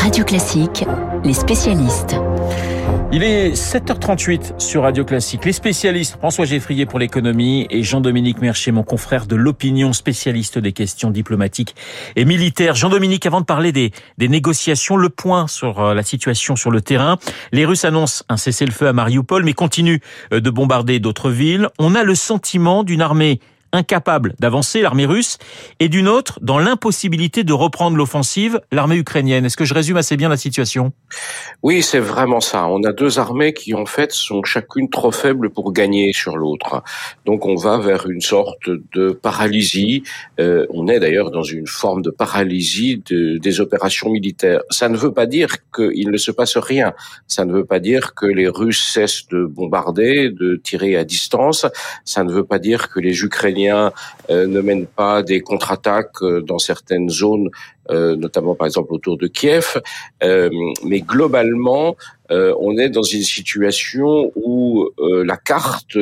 Radio Classique, les spécialistes. Il est 7h38 sur Radio Classique. Les spécialistes, François Geffrier pour l'économie et Jean-Dominique Mercier, mon confrère de l'opinion, spécialiste des questions diplomatiques et militaires. Jean-Dominique, avant de parler des négociations, le point sur la situation sur le terrain. Les Russes annoncent un cessez-le-feu à Mariupol, mais continuent de bombarder d'autres villes. On a le sentiment d'une armée incapable d'avancer, l'armée russe, et d'une autre dans l'impossibilité de reprendre l'offensive, l'armée ukrainienne. Est-ce que je résume assez bien la situation ? Oui, c'est vraiment ça. On a deux armées qui, en fait, sont chacune trop faibles pour gagner sur l'autre. Donc, on va vers une sorte de paralysie. On est d'ailleurs dans une forme de paralysie des opérations militaires. Ça ne veut pas dire qu'il ne se passe rien. Ça ne veut pas dire que les Russes cessent de bombarder, de tirer à distance. Ça ne veut pas dire que les Ukrainiens ne mènent pas des contre-attaques dans certaines zones, notamment par exemple autour de Kiev. Mais globalement, on est dans une situation où la carte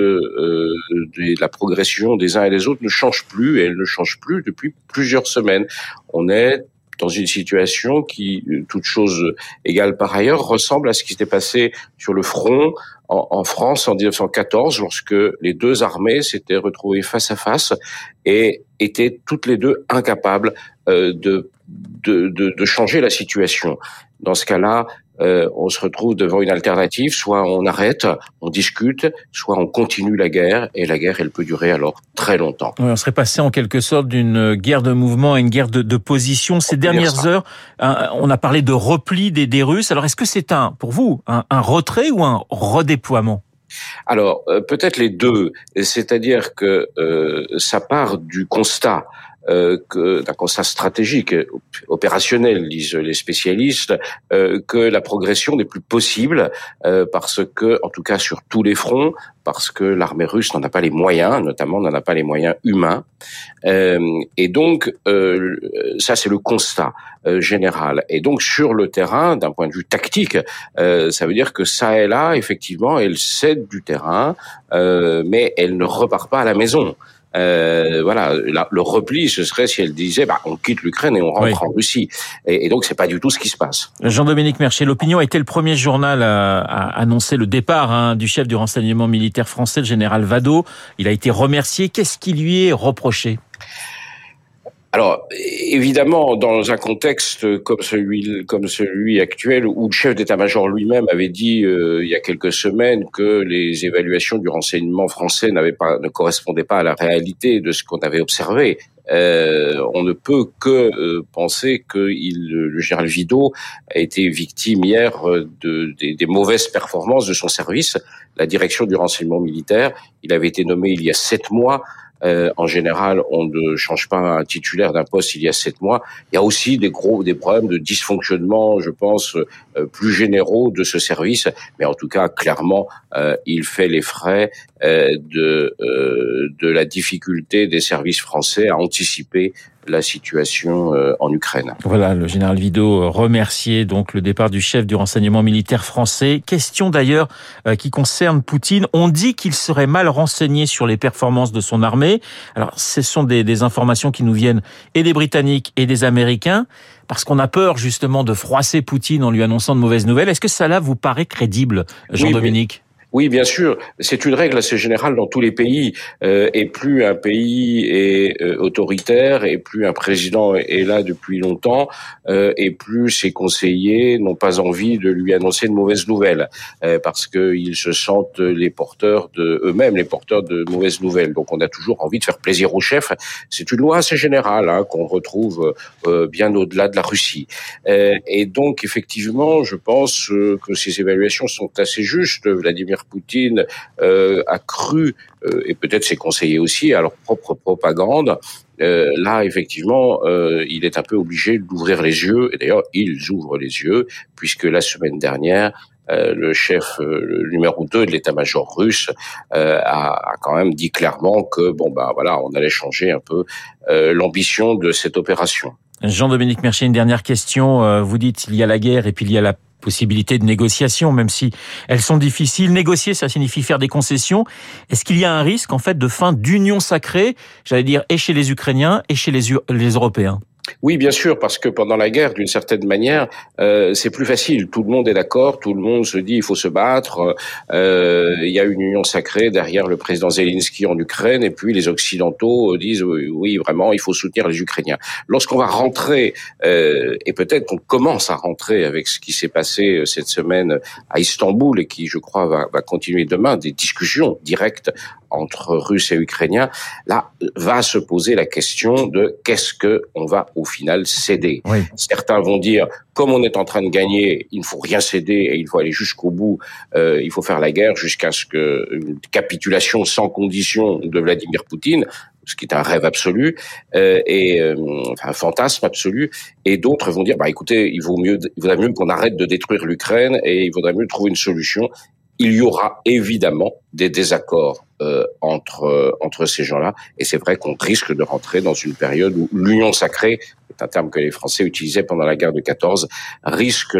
de la progression des uns et des autres ne change plus, et elle ne change plus depuis plusieurs semaines. On est dans une situation qui, toute chose égale par ailleurs, ressemble à ce qui s'était passé sur le front en France en 1914, lorsque les deux armées s'étaient retrouvées face à face et étaient toutes les deux incapables de changer la situation. Dans ce cas-là, on se retrouve devant une alternative, soit on arrête, on discute, soit on continue la guerre, et la guerre, elle peut durer alors très longtemps. Oui, on serait passé en quelque sorte d'une guerre de mouvement à une guerre de position. Ces dernières heures, on a parlé de repli des Russes. Alors, est-ce que c'est pour vous, un retrait ou un redéploiement ? Alors, peut-être les deux. C'est-à-dire que ça part du constat d'un constat stratégique, opérationnel, disent les spécialistes, que la progression n'est plus possible parce que, en tout cas sur tous les fronts, parce que l'armée russe n'en a pas les moyens, notamment n'en a pas les moyens humains. Et donc, ça c'est le constat général. Et donc sur le terrain, d'un point de vue tactique, ça veut dire que ça et là, effectivement, elle cède du terrain, mais elle ne repart pas à la maison. Voilà, le repli, ce serait si elle disait, on quitte l'Ukraine et on rentre en Russie. Et donc, c'est pas du tout ce qui se passe. Jean-Dominique Mercier, l'Opinion a été le premier journal à annoncer le départ du chef du renseignement militaire français, le général Vado. Il a été remercié. Qu'est-ce qui lui est reproché ? Alors, évidemment, dans un contexte comme celui actuel, où le chef d'état-major lui-même avait dit il y a quelques semaines que les évaluations du renseignement français ne correspondaient pas à la réalité de ce qu'on avait observé, on ne peut que penser que le général Vado a été victime hier des mauvaises performances de son service, la direction du renseignement militaire. Il avait été nommé il y a 7 mois. En général, on ne change pas un titulaire d'un poste il y a 7 mois. Il y a aussi des problèmes de dysfonctionnement, je pense, plus généraux de ce service. Mais en tout cas, clairement, il fait les frais de la difficulté des services français à anticiper la situation en Ukraine. Voilà, le général Vado remerciait donc le départ du chef du renseignement militaire français. Question d'ailleurs qui concerne Poutine. On dit qu'il serait mal renseigné sur les performances de son armée. Alors, ce sont des informations qui nous viennent et des Britanniques et des Américains, parce qu'on a peur justement de froisser Poutine en lui annonçant de mauvaises nouvelles. Est-ce que ça là vous paraît crédible, Jean-Dominique ? Oui, bien sûr. C'est une règle assez générale dans tous les pays. Et plus un pays est autoritaire, et plus un président est là depuis longtemps, et plus ses conseillers n'ont pas envie de lui annoncer de mauvaises nouvelles, parce qu'ils se sentent eux-mêmes les porteurs de mauvaises nouvelles. Donc on a toujours envie de faire plaisir au chef. C'est une loi assez générale qu'on retrouve bien au-delà de la Russie. Et donc effectivement, je pense que ces évaluations sont assez justes. Vladimir Poutine a cru, et peut-être ses conseillers aussi, à leur propre propagande. Là, effectivement, il est un peu obligé d'ouvrir les yeux, et d'ailleurs, ils ouvrent les yeux, puisque la semaine dernière, le chef, le numéro 2 de l'état-major russe, a quand même dit clairement que, on allait changer un peu l'ambition de cette opération. Jean-Dominique Mercier, une dernière question. Vous dites il y a la guerre et puis il y a la possibilité de négociation, même si elles sont difficiles. Négocier, ça signifie faire des concessions. Est-ce qu'il y a un risque, en fait, de fin d'union sacrée, j'allais dire, et chez les Ukrainiens et chez les Européens ? Oui, bien sûr, parce que pendant la guerre, d'une certaine manière, c'est plus facile. Tout le monde est d'accord, tout le monde se dit il faut se battre. Il y a une union sacrée derrière le président Zelensky en Ukraine, et puis les Occidentaux disent oui, vraiment, il faut soutenir les Ukrainiens. Lorsqu'on va rentrer, et peut-être qu'on commence à rentrer avec ce qui s'est passé cette semaine à Istanbul et qui, je crois, va continuer demain, des discussions directes entre Russes et Ukrainiens, là va se poser la question de qu'est-ce que on va au final céder. Oui. Certains vont dire, comme on est en train de gagner, il ne faut rien céder et il faut aller jusqu'au bout, il faut faire la guerre jusqu'à ce que une capitulation sans condition de Vladimir Poutine, ce qui est un rêve absolu, un fantasme absolu, et d'autres vont dire, écoutez, il vaudrait mieux qu'on arrête de détruire l'Ukraine et il vaudrait mieux trouver une solution. Il y aura évidemment des désaccords entre ces gens-là, et c'est vrai qu'on risque de rentrer dans une période où l'union sacrée, c'est un terme que les Français utilisaient pendant la guerre de 14, risque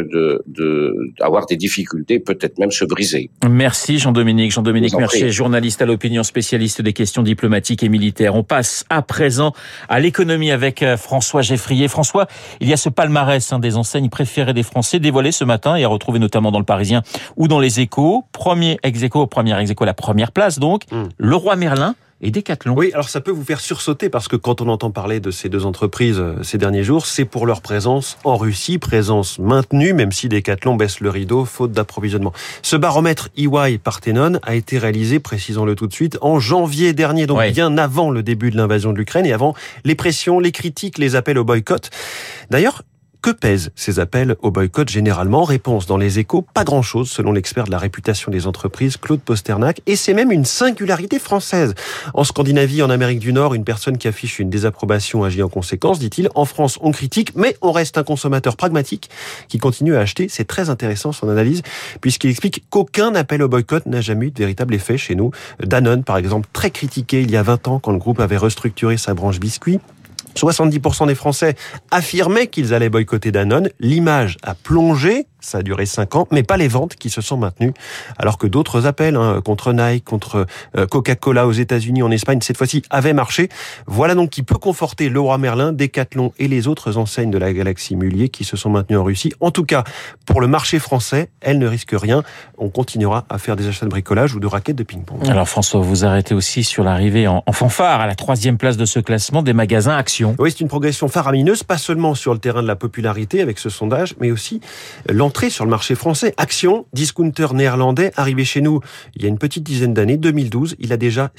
d'avoir des difficultés, peut-être même se briser. Merci Jean-Dominique Mercier, journaliste à l'Opinion, spécialiste des questions diplomatiques et militaires. On passe à présent à l'économie avec François Geffrier. François, il y a ce palmarès des enseignes préférées des Français dévoilé ce matin et à retrouver notamment dans le Parisien ou dans les Échos. Premier ex-aequo, la première place donc, Leroy Merlin et Decathlon. Oui, alors ça peut vous faire sursauter parce que quand on entend parler de ces deux entreprises ces derniers jours, c'est pour leur présence en Russie, présence maintenue, même si Decathlon baisse le rideau faute d'approvisionnement. Ce baromètre EY Parthenon a été réalisé, précisons-le tout de suite, en janvier dernier, donc bien avant le début de l'invasion de l'Ukraine et avant les pressions, les critiques, les appels au boycott. D'ailleurs, que pèsent ces appels au boycott généralement? Réponse dans les Échos, pas grand-chose selon l'expert de la réputation des entreprises Claude Posternac, et c'est même une singularité française. En Scandinavie, en Amérique du Nord, une personne qui affiche une désapprobation agit en conséquence, dit-il. En France, on critique, mais on reste un consommateur pragmatique qui continue à acheter. C'est très intéressant son analyse, puisqu'il explique qu'aucun appel au boycott n'a jamais eu de véritable effet chez nous. Danone, par exemple, très critiqué il y a 20 ans quand le groupe avait restructuré sa branche biscuits. 70% des Français affirmaient qu'ils allaient boycotter Danone. L'image a plongé, ça a duré 5 ans, mais pas les ventes qui se sont maintenues. Alors que d'autres appels contre Nike, contre Coca-Cola aux États-Unis, en Espagne, cette fois-ci, avaient marché. Voilà donc qui peut conforter Leroy Merlin, Decathlon et les autres enseignes de la galaxie Mullier qui se sont maintenues en Russie. En tout cas, pour le marché français, elles ne risquent rien. On continuera à faire des achats de bricolage ou de raquettes de ping-pong. Alors François, vous arrêtez aussi sur l'arrivée en fanfare à la 3e place de ce classement des magasins Action. Oui, c'est une progression faramineuse, pas seulement sur le terrain de la popularité avec ce sondage, mais aussi l'entrée sur le marché français. Action, discounter néerlandais, arrivé chez nous il y a une petite dizaine d'années, 2012. Il a déjà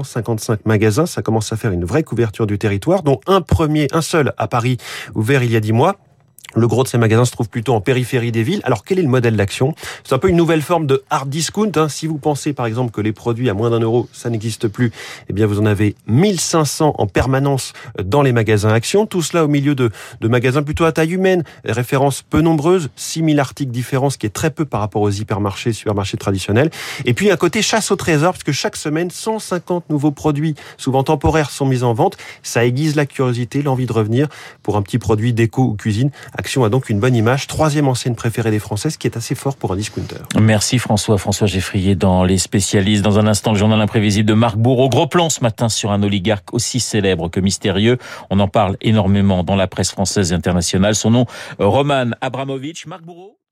655 magasins. Ça commence à faire une vraie couverture du territoire, dont un seul à Paris, ouvert il y a 10 mois. Le gros de ces magasins se trouve plutôt en périphérie des villes. Alors, quel est le modèle d'Action? C'est un peu une nouvelle forme de hard discount. Si vous pensez, par exemple, que les produits à moins d'€1, ça n'existe plus, eh bien, vous en avez 1500 en permanence dans les magasins Action. Tout cela au milieu de magasins plutôt à taille humaine. Références peu nombreuses, 6000 articles différents, ce qui est très peu par rapport aux hypermarchés, supermarchés traditionnels. Et puis, un côté chasse au trésor, parce que chaque semaine, 150 nouveaux produits, souvent temporaires, sont mis en vente. Ça aiguise la curiosité, l'envie de revenir pour un petit produit déco ou cuisine. Action a donc une bonne image, 3e enseigne préférée des Français, ce qui est assez fort pour un discounter. Merci François Geffrier dans Les Spécialistes. Dans un instant, le journal imprévisible de Marc Bourreau. Gros plan ce matin sur un oligarque aussi célèbre que mystérieux. On en parle énormément dans la presse française et internationale. Son nom, Roman Abramovitch. Marc Bourreau.